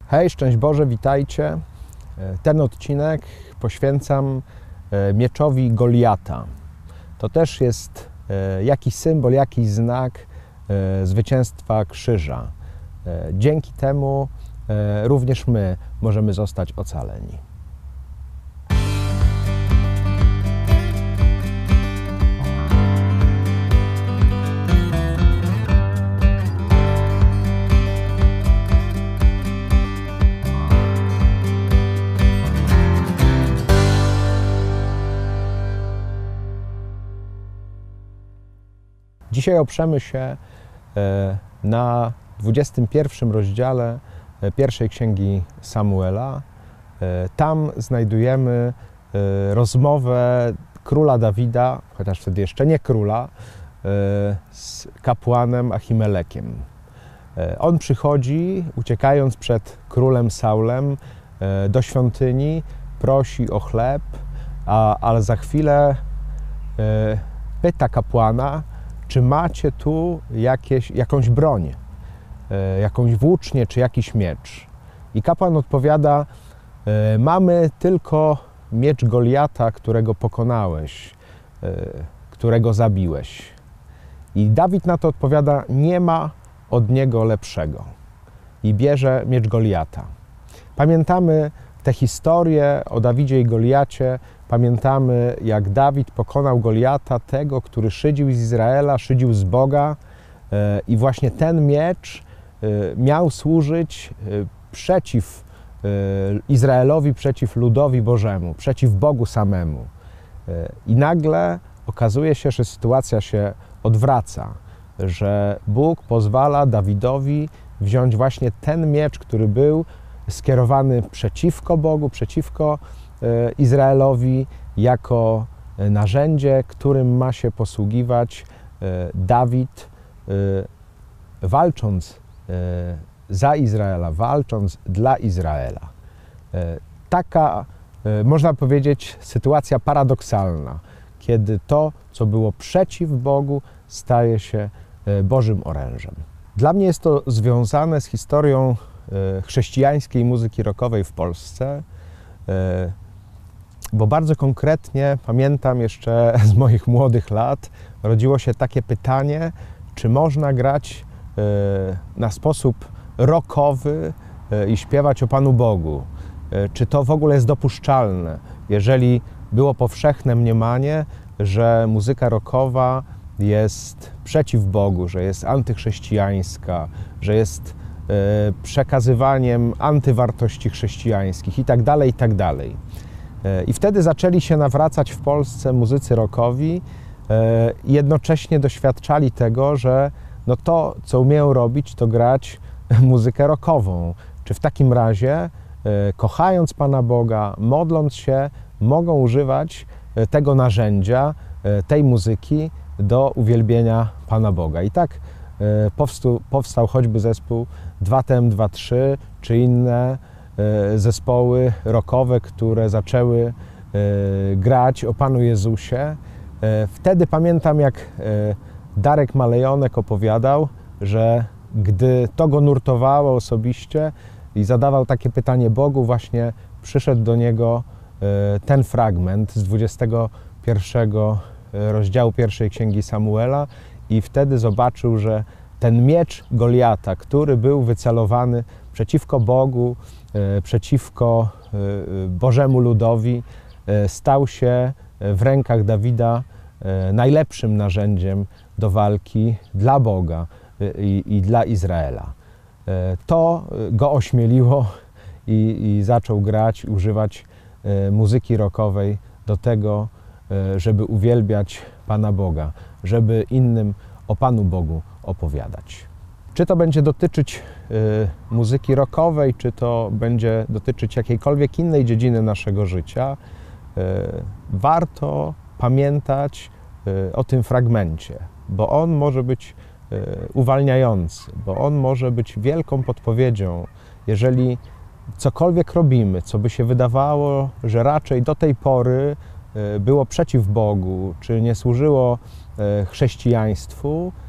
Hej, szczęść Boże, witajcie. Ten odcinek poświęcam mieczowi Goliata. To też jest jakiś symbol, jakiś znak zwycięstwa krzyża. Dzięki temu również my możemy zostać ocaleni. Dzisiaj oprzemy się na 21 rozdziale pierwszej księgi Samuela. Tam znajdujemy rozmowę króla Dawida, chociaż wtedy jeszcze nie króla, z kapłanem Achimelekiem. On przychodzi, uciekając przed królem Saulem, do świątyni, prosi o chleb, ale za chwilę pyta kapłana, czy macie tu jakąś broń, jakąś włócznię czy jakiś miecz. I kapłan odpowiada, mamy tylko miecz Goliata, którego pokonałeś, którego zabiłeś. I Dawid na to odpowiada, nie ma od niego lepszego. I bierze miecz Goliata. Pamiętamy tę historię o Dawidzie i Goliacie. Pamiętamy, jak Dawid pokonał Goliata, tego, który szydził z Izraela, szydził z Boga. I właśnie ten miecz miał służyć przeciw Izraelowi, przeciw ludowi Bożemu, przeciw Bogu samemu. I nagle okazuje się, że sytuacja się odwraca, że Bóg pozwala Dawidowi wziąć właśnie ten miecz, który był skierowany przeciwko Bogu, przeciwko Izraelowi, jako narzędzie, którym ma się posługiwać Dawid, walcząc za Izraela, walcząc dla Izraela. Taka, można powiedzieć, sytuacja paradoksalna, kiedy to, co było przeciw Bogu, staje się Bożym orężem. Dla mnie jest to związane z historią chrześcijańskiej muzyki rockowej w Polsce, bo bardzo konkretnie pamiętam jeszcze z moich młodych lat, rodziło się takie pytanie, czy można grać na sposób rockowy i śpiewać o Panu Bogu. Czy to w ogóle jest dopuszczalne, jeżeli było powszechne mniemanie, że muzyka rockowa jest przeciw Bogu, że jest antychrześcijańska, że jest przekazywaniem antywartości chrześcijańskich i tak dalej, i tak dalej. I wtedy zaczęli się nawracać w Polsce muzycy rockowi i jednocześnie doświadczali tego, że no to, co umieją robić, to grać muzykę rockową. Czy w takim razie, kochając Pana Boga, modląc się, mogą używać tego narzędzia, tej muzyki do uwielbienia Pana Boga. I tak powstał choćby zespół 2TM23 czy inne zespoły rockowe, które zaczęły grać o Panu Jezusie. Wtedy pamiętam, jak Darek Malejonek opowiadał, że gdy to go nurtowało osobiście i zadawał takie pytanie Bogu, właśnie przyszedł do niego ten fragment z 21 rozdziału pierwszej księgi Samuela i wtedy zobaczył, że ten miecz Goliata, który był wycelowany przeciwko Bogu, przeciwko Bożemu ludowi, stał się w rękach Dawida najlepszym narzędziem do walki dla Boga i dla Izraela. To go ośmieliło i zaczął grać, używać muzyki rockowej do tego, żeby uwielbiać Pana Boga, żeby innym o Panu Bogu opowiadać. Czy to będzie dotyczyć muzyki rockowej, czy to będzie dotyczyć jakiejkolwiek innej dziedziny naszego życia, warto pamiętać o tym fragmencie, bo on może być uwalniający, bo on może być wielką podpowiedzią, jeżeli cokolwiek robimy, co by się wydawało, że raczej do tej pory było przeciw Bogu, czy nie służyło chrześcijaństwu,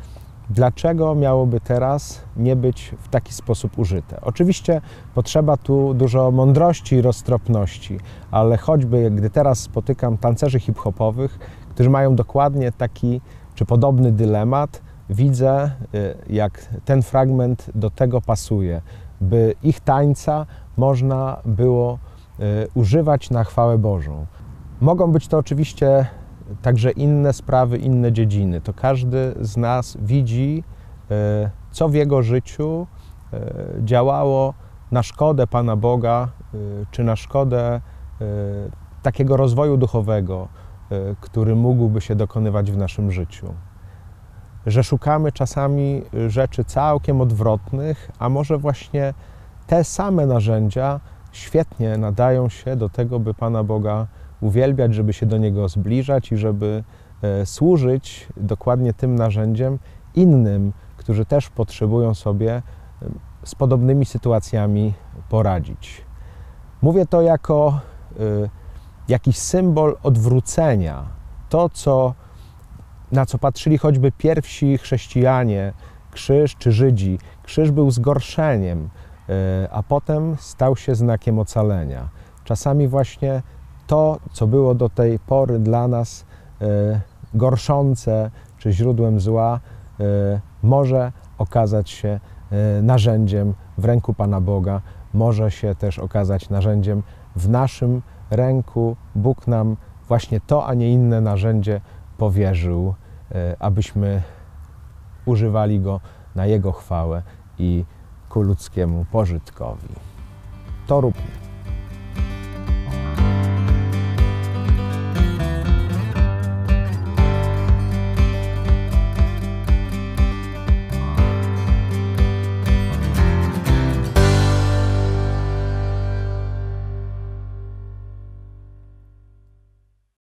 Dlaczego miałoby teraz nie być w taki sposób użyte? Oczywiście potrzeba tu dużo mądrości i roztropności, ale choćby gdy teraz spotykam tancerzy hip-hopowych, którzy mają dokładnie taki czy podobny dylemat, widzę, jak ten fragment do tego pasuje, by ich tańca można było używać na chwałę Bożą. Mogą być to oczywiście także inne sprawy, inne dziedziny. To każdy z nas widzi, co w jego życiu działało na szkodę Pana Boga, czy na szkodę takiego rozwoju duchowego, który mógłby się dokonywać w naszym życiu. Że szukamy czasami rzeczy całkiem odwrotnych, a może właśnie te same narzędzia świetnie nadają się do tego, by Pana Boga uwielbiać, żeby się do Niego zbliżać i żeby służyć dokładnie tym narzędziem innym, którzy też potrzebują sobie z podobnymi sytuacjami poradzić. Mówię to jako jakiś symbol odwrócenia. To, na co patrzyli choćby pierwsi chrześcijanie, krzyż czy Żydzi. Krzyż był zgorszeniem, a potem stał się znakiem ocalenia. Czasami właśnie to, co było do tej pory dla nas gorszące czy źródłem zła, może okazać się narzędziem w ręku Pana Boga, może się też okazać narzędziem w naszym ręku. Bóg nam właśnie to, a nie inne narzędzie powierzył, abyśmy używali go na Jego chwałę i ku ludzkiemu pożytkowi. To róbmy.